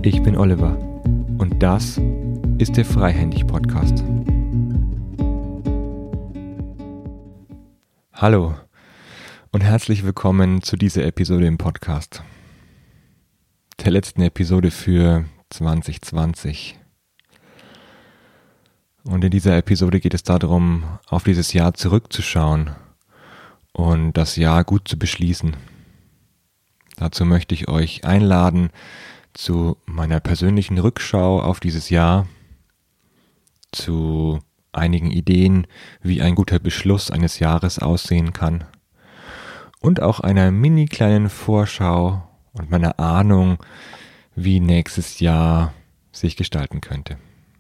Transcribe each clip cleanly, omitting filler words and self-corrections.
Ich bin Oliver und das ist der Freihändig-Podcast. Hallo und herzlich willkommen zu dieser Episode im Podcast. Der letzten Episode für 2020. Und in dieser Episode geht es darum, auf dieses Jahr zurückzuschauen und das Jahr gut zu beschließen. Dazu möchte ich euch einladen zu meiner persönlichen Rückschau auf dieses Jahr, zu einigen Ideen, wie ein guter Beschluss eines Jahres aussehen kann und auch einer mini kleinen Vorschau und meiner Ahnung, wie nächstes Jahr sich gestalten könnte.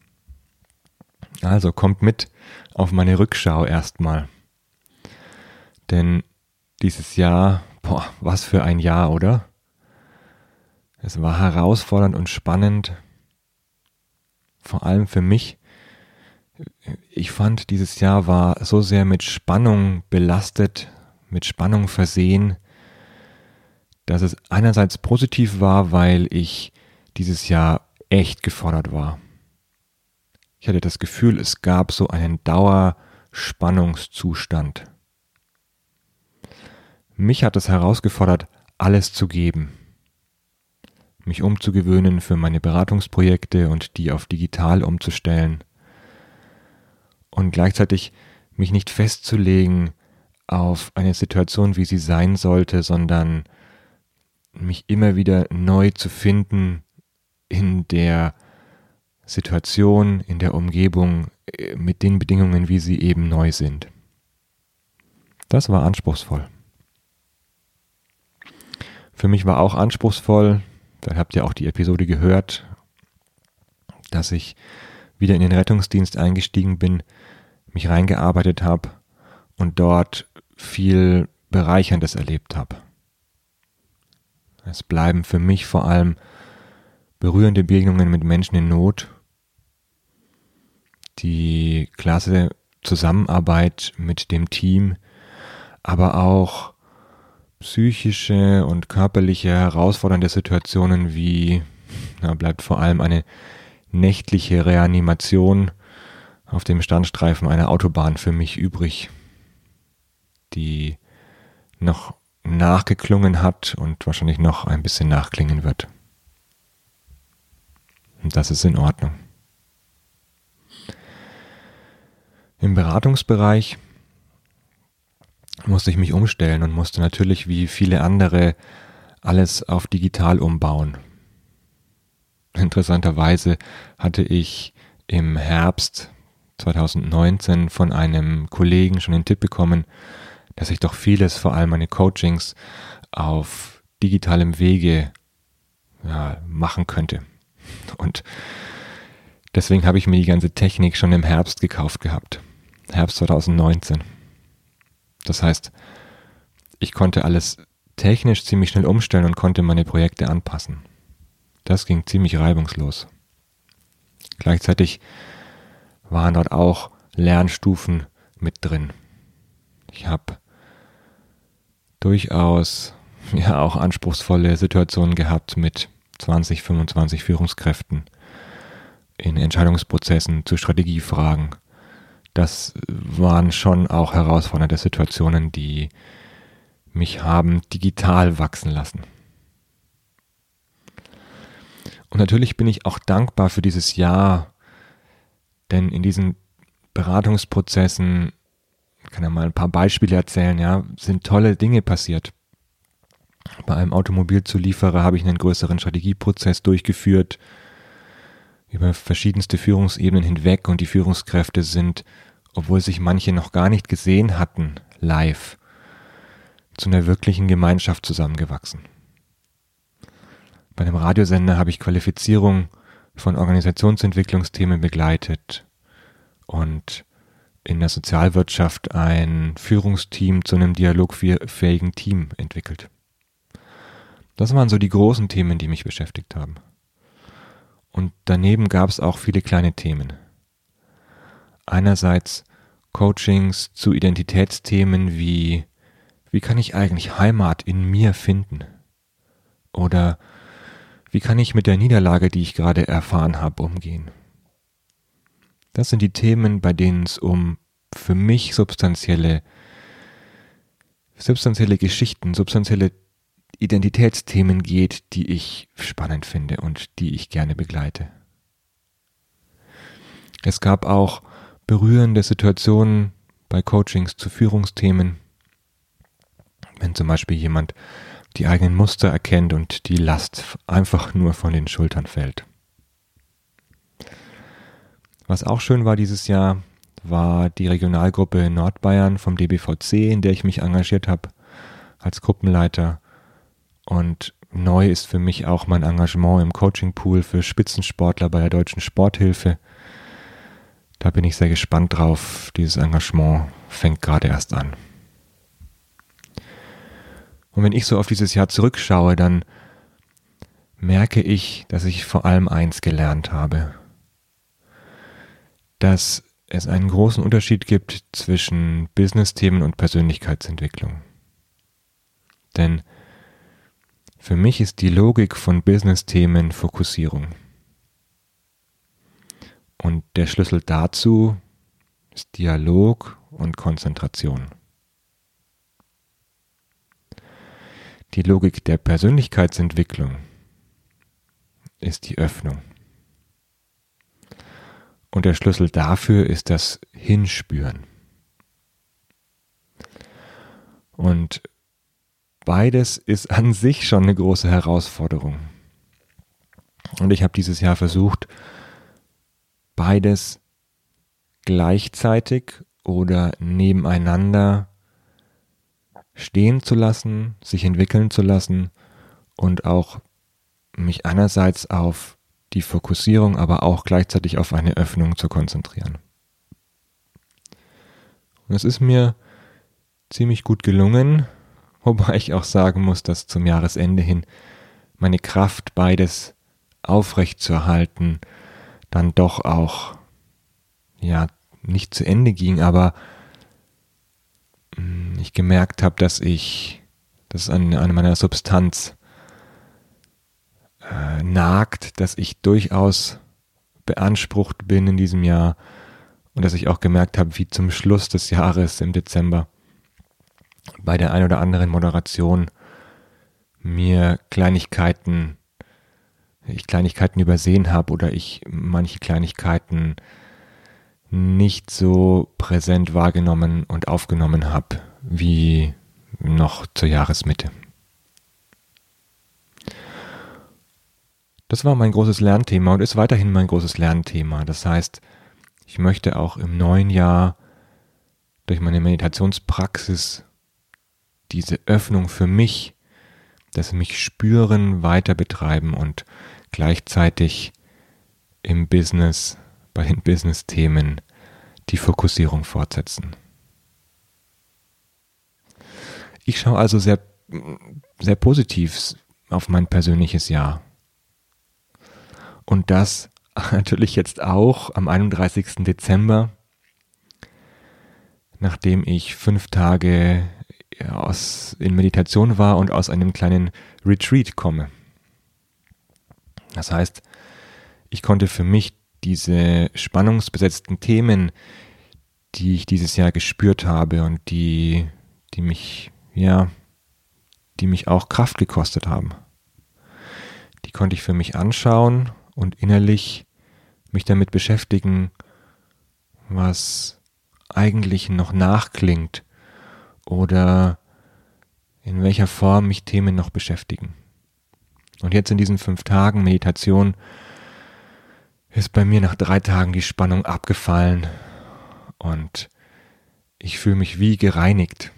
Also kommt mit auf meine Rückschau erstmal. Denn dieses Jahr, was für ein Jahr, oder? Es war herausfordernd und spannend, vor allem für mich. Ich fand, dieses Jahr war so sehr mit Spannung belastet, mit Spannung versehen, dass es einerseits positiv war, weil ich dieses Jahr echt gefordert war. Ich hatte das Gefühl, es gab so einen Dauerspannungszustand. Mich hat es herausgefordert, alles zu geben. Mich umzugewöhnen für meine Beratungsprojekte und die auf digital umzustellen. Und gleichzeitig mich nicht festzulegen auf eine Situation, wie sie sein sollte, sondern mich immer wieder neu zu finden in der Situation, in der Umgebung, mit den Bedingungen, wie sie eben neu sind. Das war anspruchsvoll. Für mich war auch anspruchsvoll, da habt ihr auch die Episode gehört, dass ich wieder in den Rettungsdienst eingestiegen bin, mich reingearbeitet habe und dort viel Bereicherndes erlebt habe. Es bleiben für mich vor allem berührende Begegnungen mit Menschen in Not, die klasse Zusammenarbeit mit dem Team, aber auch psychische und körperliche herausfordernde Situationen wie, bleibt vor allem eine nächtliche Reanimation auf dem Standstreifen einer Autobahn für mich übrig, die noch nachgeklungen hat und wahrscheinlich noch ein bisschen nachklingen wird. Und das ist in Ordnung. Im Beratungsbereich musste ich mich umstellen und musste natürlich wie viele andere alles auf digital umbauen. Interessanterweise hatte ich im Herbst 2019 von einem Kollegen schon den Tipp bekommen, dass ich doch vieles, vor allem meine Coachings, auf digitalem Wege machen könnte. Und deswegen habe ich mir die ganze Technik schon im Herbst gekauft gehabt. Herbst 2019. Das heißt, ich konnte alles technisch ziemlich schnell umstellen und konnte meine Projekte anpassen. Das ging ziemlich reibungslos. Gleichzeitig waren dort auch Lernstufen mit drin. Ich habe durchaus auch anspruchsvolle Situationen gehabt mit 20, 25 Führungskräften in Entscheidungsprozessen zu Strategiefragen. Das waren schon auch herausfordernde Situationen, die mich haben digital wachsen lassen. Und natürlich bin ich auch dankbar für dieses Jahr, denn in diesen Beratungsprozessen, ich kann ja mal ein paar Beispiele erzählen, sind tolle Dinge passiert. Bei einem Automobilzulieferer habe ich einen größeren Strategieprozess durchgeführt, über verschiedenste Führungsebenen hinweg, und die Führungskräfte sind, obwohl sich manche noch gar nicht gesehen hatten, live, zu einer wirklichen Gemeinschaft zusammengewachsen. Bei einem Radiosender habe ich Qualifizierung von Organisationsentwicklungsthemen begleitet und in der Sozialwirtschaft ein Führungsteam zu einem dialogfähigen Team entwickelt. Das waren so die großen Themen, die mich beschäftigt haben. Und daneben gab es auch viele kleine Themen. Einerseits Coachings zu Identitätsthemen wie kann ich eigentlich Heimat in mir finden? Oder Wie kann ich mit der Niederlage, die ich gerade erfahren habe, umgehen? Das sind die Themen, bei denen es um für mich substanzielle Geschichten, substanzielle Identitätsthemen geht, die ich spannend finde und die ich gerne begleite. Es gab auch berührende Situationen bei Coachings zu Führungsthemen, wenn zum Beispiel jemand die eigenen Muster erkennt und die Last einfach nur von den Schultern fällt. Was auch schön war dieses Jahr, war die Regionalgruppe Nordbayern vom DBVC, in der ich mich engagiert habe als Gruppenleiter. Und neu ist für mich auch mein Engagement im Coachingpool für Spitzensportler bei der Deutschen Sporthilfe. Da bin ich sehr gespannt drauf. Dieses Engagement fängt gerade erst an. Und wenn ich so auf dieses Jahr zurückschaue, dann merke ich, dass ich vor allem eins gelernt habe. Dass es einen großen Unterschied gibt zwischen Business-Themen und Persönlichkeitsentwicklung. Denn für mich ist die Logik von Business-Themen Fokussierung. Und der Schlüssel dazu ist Dialog und Konzentration. Die Logik der Persönlichkeitsentwicklung ist die Öffnung. Und der Schlüssel dafür ist das Hinspüren. Und beides ist an sich schon eine große Herausforderung. Und ich habe dieses Jahr versucht, beides gleichzeitig oder nebeneinander stehen zu lassen, sich entwickeln zu lassen und auch mich einerseits auf die Fokussierung, aber auch gleichzeitig auf eine Öffnung zu konzentrieren. Und es ist mir ziemlich gut gelungen, wobei ich auch sagen muss, dass zum Jahresende hin meine Kraft, beides aufrecht zu erhalten, dann doch auch nicht zu Ende ging, aber ich gemerkt habe, dass es an meiner Substanz nagt, dass ich durchaus beansprucht bin in diesem Jahr und dass ich auch gemerkt habe, wie zum Schluss des Jahres im Dezember bei der ein oder anderen Moderation ich Kleinigkeiten übersehen habe oder ich manche Kleinigkeiten nicht so präsent wahrgenommen und aufgenommen habe wie noch zur Jahresmitte. Das war mein großes Lernthema und ist weiterhin mein großes Lernthema. Das heißt, ich möchte auch im neuen Jahr durch meine Meditationspraxis diese Öffnung für mich, das mich spüren, weiter betreiben und gleichzeitig im Business, bei den Business-Themen die Fokussierung fortsetzen. Ich schaue also sehr, sehr positiv auf mein persönliches Jahr. Und das natürlich jetzt auch am 31. Dezember, nachdem ich 5 Tage in Meditation war und aus einem kleinen Retreat komme. Das heißt, ich konnte für mich diese spannungsbesetzten Themen, die ich dieses Jahr gespürt habe und die mich auch Kraft gekostet haben, die konnte ich für mich anschauen und innerlich mich damit beschäftigen, was eigentlich noch nachklingt oder in welcher Form mich Themen noch beschäftigen. Und jetzt in diesen 5 Tagen Meditation ist bei mir nach 3 Tagen die Spannung abgefallen und ich fühle mich wie gereinigt.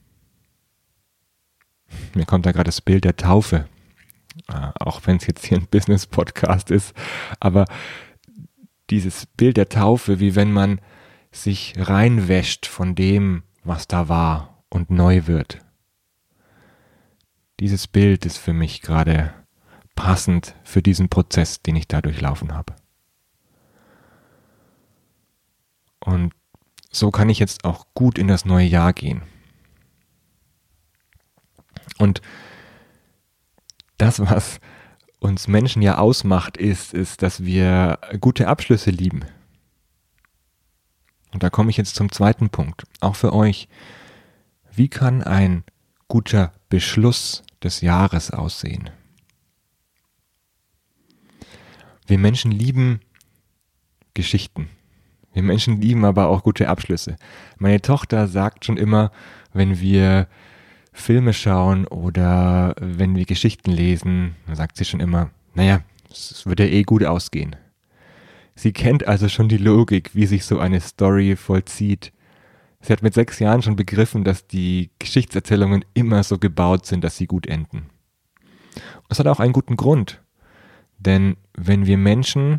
Mir kommt da gerade das Bild der Taufe, auch wenn es jetzt hier ein Business-Podcast ist, aber dieses Bild der Taufe, wie wenn man sich reinwäscht von dem, was da war und neu wird. Dieses Bild ist für mich gerade passend für diesen Prozess, den ich da durchlaufen habe. Und so kann ich jetzt auch gut in das neue Jahr gehen. Und das, was uns Menschen ja ausmacht, ist, dass wir gute Abschlüsse lieben. Und da komme ich jetzt zum zweiten Punkt, auch für euch. Wie kann ein guter Beschluss des Jahres aussehen? Wir Menschen lieben Geschichten. Wir Menschen lieben aber auch gute Abschlüsse. Meine Tochter sagt schon immer, wenn wir Filme schauen oder wenn wir Geschichten lesen, dann sagt sie schon immer, naja, es wird ja eh gut ausgehen. Sie kennt also schon die Logik, wie sich so eine Story vollzieht. Sie hat mit 6 Jahren schon begriffen, dass die Geschichtserzählungen immer so gebaut sind, dass sie gut enden. Und das hat auch einen guten Grund. Denn wenn wir Menschen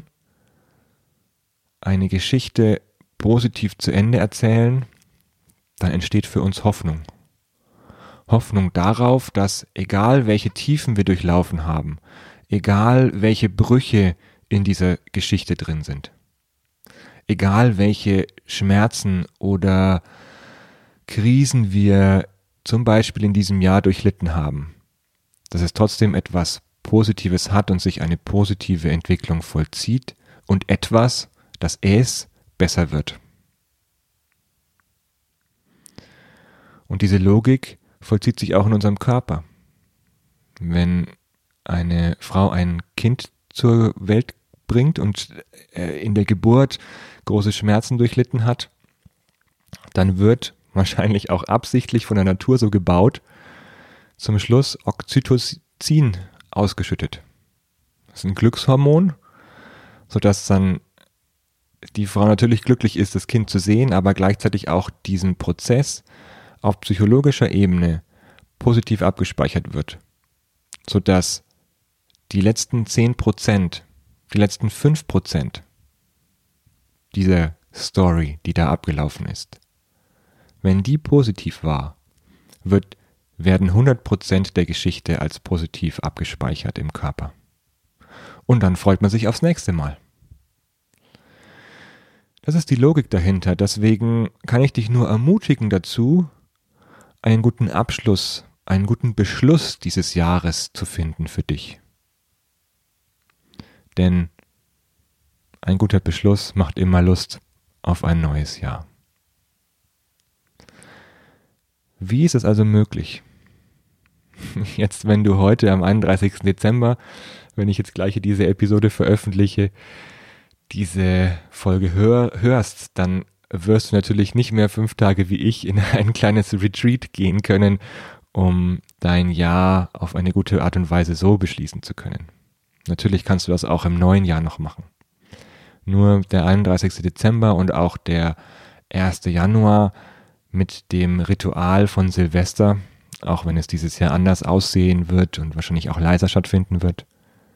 eine Geschichte positiv zu Ende erzählen, dann entsteht für uns Hoffnung. Hoffnung darauf, dass egal welche Tiefen wir durchlaufen haben, egal welche Brüche in dieser Geschichte drin sind, egal welche Schmerzen oder Krisen wir zum Beispiel in diesem Jahr durchlitten haben, dass es trotzdem etwas Positives hat und sich eine positive Entwicklung vollzieht und etwas, dass es besser wird. Und diese Logik vollzieht sich auch in unserem Körper. Wenn eine Frau ein Kind zur Welt bringt und in der Geburt große Schmerzen durchlitten hat, dann wird wahrscheinlich auch absichtlich von der Natur so gebaut, zum Schluss Oxytocin ausgeschüttet. Das ist ein Glückshormon, sodass dann die Frau natürlich glücklich ist, das Kind zu sehen, aber gleichzeitig auch diesen Prozess auf psychologischer Ebene positiv abgespeichert wird, sodass die letzten 10%, die letzten 5% dieser Story, die da abgelaufen ist, wenn die positiv war, werden 100% der Geschichte als positiv abgespeichert im Körper. Und dann freut man sich aufs nächste Mal. Das ist die Logik dahinter. Deswegen kann ich dich nur ermutigen dazu, einen guten Abschluss, einen guten Beschluss dieses Jahres zu finden für dich. Denn ein guter Beschluss macht immer Lust auf ein neues Jahr. Wie ist es also möglich? Jetzt, wenn du heute am 31. Dezember, wenn ich jetzt gleich diese Episode veröffentliche, diese Folge hörst, dann wirst du natürlich nicht mehr 5 Tage wie ich in ein kleines Retreat gehen können, um dein Jahr auf eine gute Art und Weise so beschließen zu können. Natürlich kannst du das auch im neuen Jahr noch machen. Nur der 31. Dezember und auch der 1. Januar mit dem Ritual von Silvester, auch wenn es dieses Jahr anders aussehen wird und wahrscheinlich auch leiser stattfinden wird.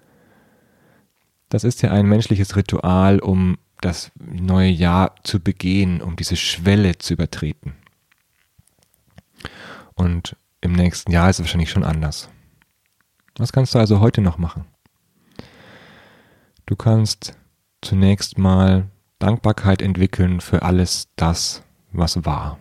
Das ist ja ein menschliches Ritual, um das neue Jahr zu begehen, um diese Schwelle zu übertreten. Und im nächsten Jahr ist es wahrscheinlich schon anders. Was kannst du also heute noch machen? Du kannst zunächst mal Dankbarkeit entwickeln für alles das, was war.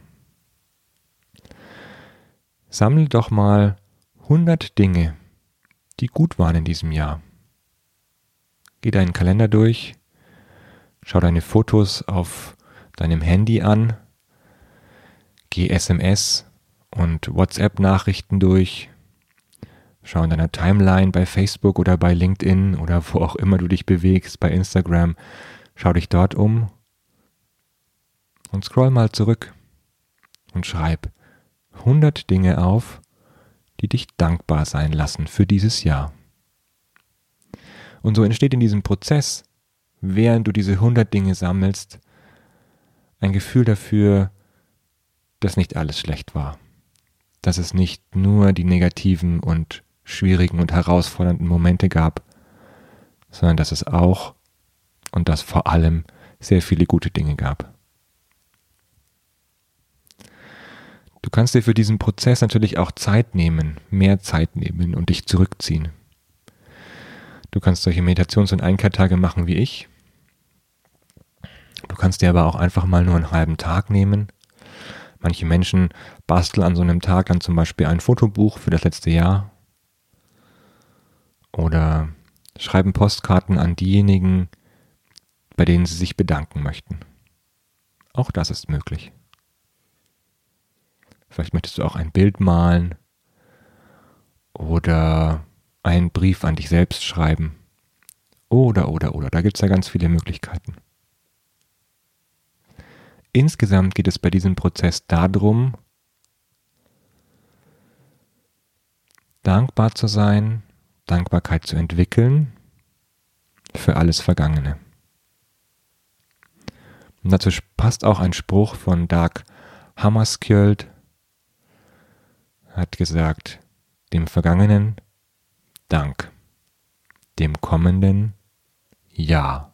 Sammle doch mal 100 Dinge, die gut waren in diesem Jahr. Geh deinen Kalender durch, schau deine Fotos auf deinem Handy an, geh SMS und WhatsApp-Nachrichten durch, schau in deiner Timeline bei Facebook oder bei LinkedIn oder wo auch immer du dich bewegst, bei Instagram, schau dich dort um und scroll mal zurück und schreib 100 Dinge auf, die dich dankbar sein lassen für dieses Jahr. Und so entsteht in diesem Prozess, während du diese 100 Dinge sammelst, ein Gefühl dafür, dass nicht alles schlecht war. Dass es nicht nur die negativen und schwierigen und herausfordernden Momente gab, sondern dass es auch und dass vor allem sehr viele gute Dinge gab. Du kannst dir für diesen Prozess natürlich auch Zeit nehmen, mehr Zeit nehmen und dich zurückziehen. Du kannst solche Meditations- und Einkehrtage machen wie ich. Du kannst dir aber auch einfach mal nur einen halben Tag nehmen. Manche Menschen basteln an so einem Tag dann zum Beispiel ein Fotobuch für das letzte Jahr. Oder schreiben Postkarten an diejenigen, bei denen sie sich bedanken möchten. Auch das ist möglich. Vielleicht möchtest du auch ein Bild malen oder einen Brief an dich selbst schreiben. Oder. Da gibt es ja ganz viele Möglichkeiten. Insgesamt geht es bei diesem Prozess darum, dankbar zu sein, Dankbarkeit zu entwickeln für alles Vergangene. Und dazu passt auch ein Spruch von Dag Hammarskjöld. Er hat gesagt, dem Vergangenen Dank, dem Kommenden Ja.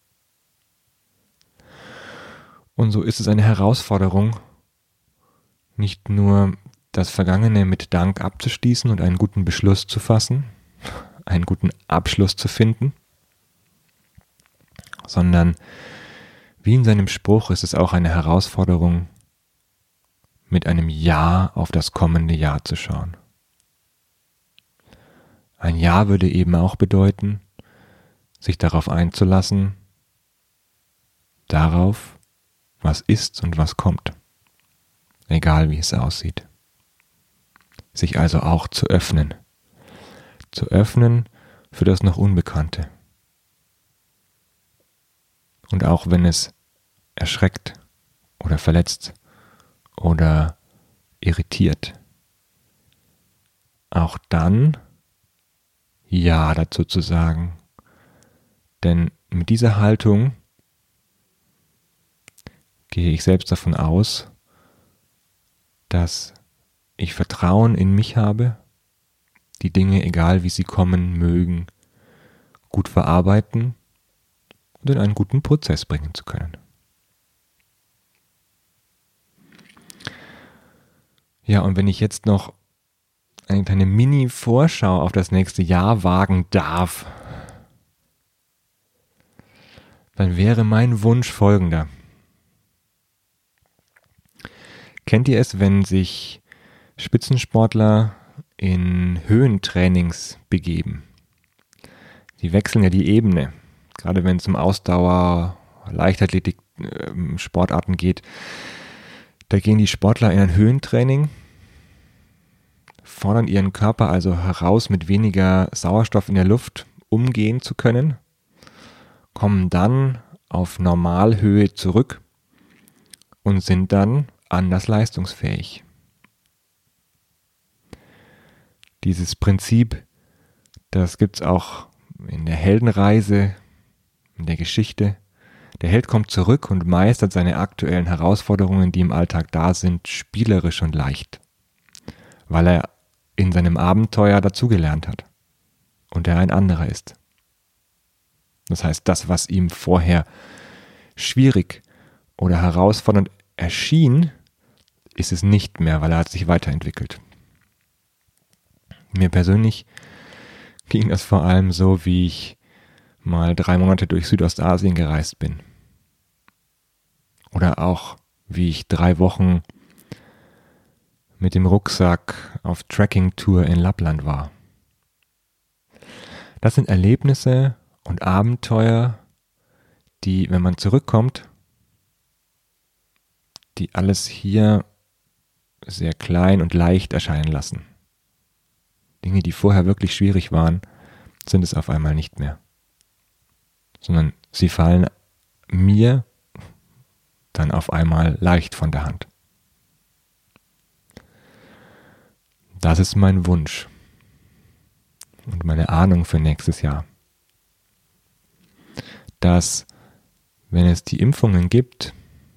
Und so ist es eine Herausforderung, nicht nur das Vergangene mit Dank abzuschließen und einen guten Beschluss zu fassen, einen guten Abschluss zu finden, sondern wie in seinem Spruch ist es auch eine Herausforderung, mit einem Ja auf das kommende Jahr zu schauen. Ein Ja würde eben auch bedeuten, sich darauf einzulassen, darauf, was ist und was kommt, egal wie es aussieht. Sich also auch zu öffnen für das noch Unbekannte. Und auch wenn es erschreckt oder verletzt oder irritiert, auch dann Ja dazu zu sagen. Denn mit dieser Haltung gehe ich selbst davon aus, dass ich Vertrauen in mich habe, die Dinge, egal wie sie kommen mögen, gut verarbeiten und in einen guten Prozess bringen zu können. Ja, und wenn ich jetzt noch eine kleine Mini-Vorschau auf das nächste Jahr wagen darf, dann wäre mein Wunsch folgender. Kennt ihr es, wenn sich Spitzensportler in Höhentrainings begeben? Die wechseln ja die Ebene, gerade wenn es um Ausdauer, Leichtathletik, Sportarten geht. Da gehen die Sportler in ein Höhentraining, fordern ihren Körper also heraus, mit weniger Sauerstoff in der Luft umgehen zu können, kommen dann auf Normalhöhe zurück und sind dann anders leistungsfähig. Dieses Prinzip, das gibt es auch in der Heldenreise, in der Geschichte. Der Held kommt zurück und meistert seine aktuellen Herausforderungen, die im Alltag da sind, spielerisch und leicht, weil er in seinem Abenteuer dazugelernt hat und er ein anderer ist. Das heißt, das, was ihm vorher schwierig oder herausfordernd erschien, ist es nicht mehr, weil er hat sich weiterentwickelt. Mir persönlich ging das vor allem so, wie ich mal 3 Monate durch Südostasien gereist bin. Oder auch, wie ich 3 Wochen mit dem Rucksack auf Trekking-Tour in Lappland war. Das sind Erlebnisse und Abenteuer, die, wenn man zurückkommt, die alles hier sehr klein und leicht erscheinen lassen. Dinge, die vorher wirklich schwierig waren, sind es auf einmal nicht mehr. Sondern sie fallen mir dann auf einmal leicht von der Hand. Das ist mein Wunsch und meine Ahnung für nächstes Jahr. Dass, wenn es die Impfungen gibt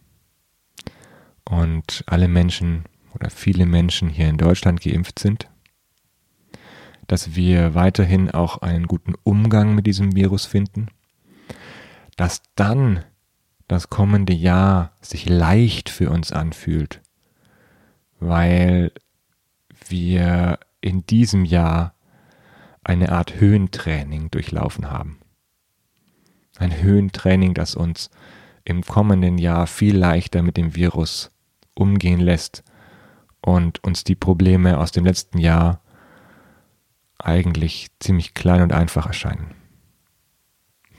und alle Menschen oder viele Menschen hier in Deutschland geimpft sind, dass wir weiterhin auch einen guten Umgang mit diesem Virus finden, dass dann das kommende Jahr sich leicht für uns anfühlt, weil wir in diesem Jahr eine Art Höhentraining durchlaufen haben. Ein Höhentraining, das uns im kommenden Jahr viel leichter mit dem Virus umgehen lässt und uns die Probleme aus dem letzten Jahr eigentlich ziemlich klein und einfach erscheinen.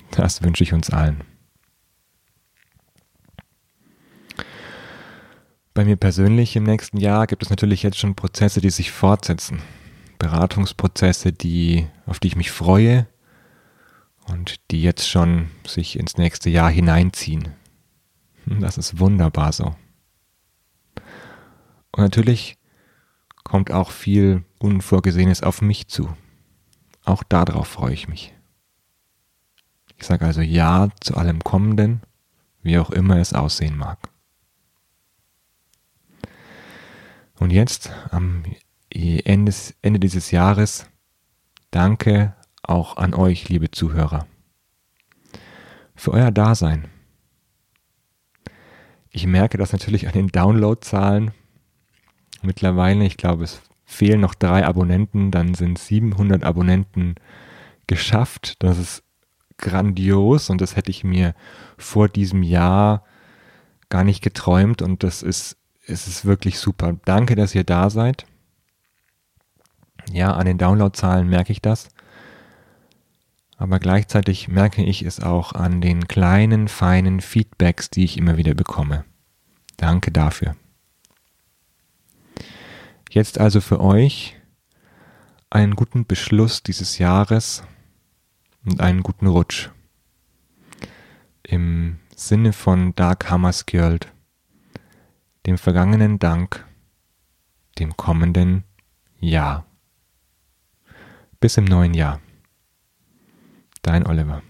Das wünsche ich uns allen. Bei mir persönlich im nächsten Jahr gibt es natürlich jetzt schon Prozesse, die sich fortsetzen. Beratungsprozesse, auf die ich mich freue und die jetzt schon sich ins nächste Jahr hineinziehen. Das ist wunderbar so. Und natürlich kommt auch viel Unvorgesehenes auf mich zu. Auch darauf freue ich mich. Ich sage also Ja zu allem Kommenden, wie auch immer es aussehen mag. Und jetzt, am Ende dieses Jahres, danke auch an euch, liebe Zuhörer, für euer Dasein. Ich merke das natürlich an den Downloadzahlen. Mittlerweile, ich glaube, es fehlen noch 3 Abonnenten, dann sind 700 Abonnenten geschafft. Das ist grandios und das hätte ich mir vor diesem Jahr gar nicht geträumt und es ist wirklich super. Danke, dass ihr da seid. Ja, an den Downloadzahlen merke ich das. Aber gleichzeitig merke ich es auch an den kleinen, feinen Feedbacks, die ich immer wieder bekomme. Danke dafür. Jetzt also für euch einen guten Beschluss dieses Jahres und einen guten Rutsch. Im Sinne von Dag Hammarskjöld, dem vergangenen Dank, dem kommenden Jahr. Bis im neuen Jahr. Dein Oliver.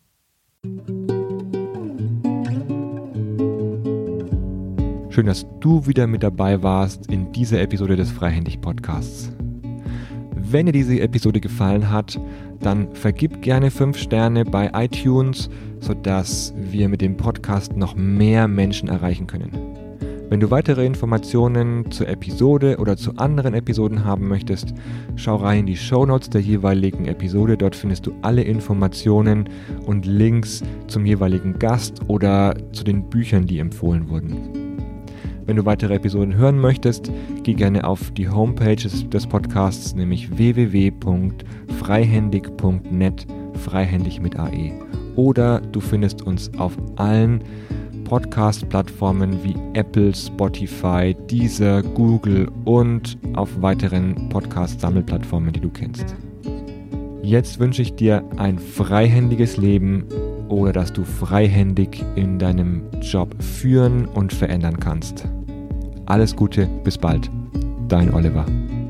Schön, dass du wieder mit dabei warst in dieser Episode des Freihändig-Podcasts. Wenn dir diese Episode gefallen hat, dann vergib gerne 5 Sterne bei iTunes, sodass wir mit dem Podcast noch mehr Menschen erreichen können. Wenn du weitere Informationen zur Episode oder zu anderen Episoden haben möchtest, schau rein in die Shownotes der jeweiligen Episode. Dort findest du alle Informationen und Links zum jeweiligen Gast oder zu den Büchern, die empfohlen wurden. Wenn du weitere Episoden hören möchtest, geh gerne auf die Homepage des Podcasts, nämlich www.freihändig.net, freihändig mit AE. Oder du findest uns auf allen Podcast-Plattformen wie Apple, Spotify, Deezer, Google und auf weiteren Podcast-Sammelplattformen, die du kennst. Jetzt wünsche ich dir ein freihändiges Leben oder dass du freihändig in deinem Job führen und verändern kannst. Alles Gute, bis bald. Dein Oliver.